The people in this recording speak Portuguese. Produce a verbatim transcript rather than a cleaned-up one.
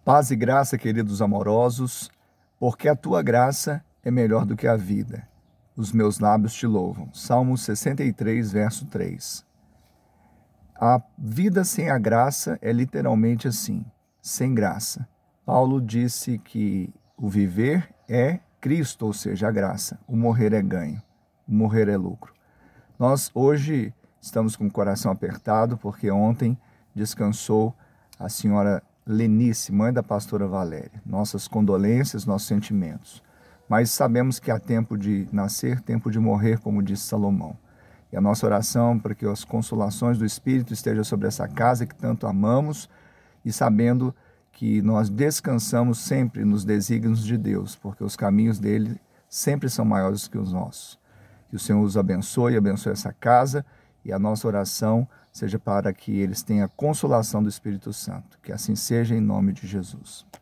Paz e graça, queridos amorosos, porque a tua graça é melhor do que a vida. Os meus lábios te louvam. Salmo sessenta e três, verso três. A vida sem a graça é literalmente assim, sem graça. Paulo disse que o viver é Cristo, ou seja, a graça. O morrer é ganho, o morrer é lucro. Nós hoje estamos com o coração apertado porque ontem descansou a senhora Lenice, mãe da pastora Valéria. Nossas condolências, nossos sentimentos. Mas sabemos que há tempo de nascer, tempo de morrer, como disse Salomão. E a nossa oração para que as consolações do Espírito estejam sobre essa casa que tanto amamos e sabendo que nós descansamos sempre nos desígnios de Deus, porque os caminhos dele sempre são maiores que os nossos. Que o Senhor os abençoe, abençoe essa casa e a nossa oração seja para que eles tenham a consolação do Espírito Santo. Que assim seja em nome de Jesus.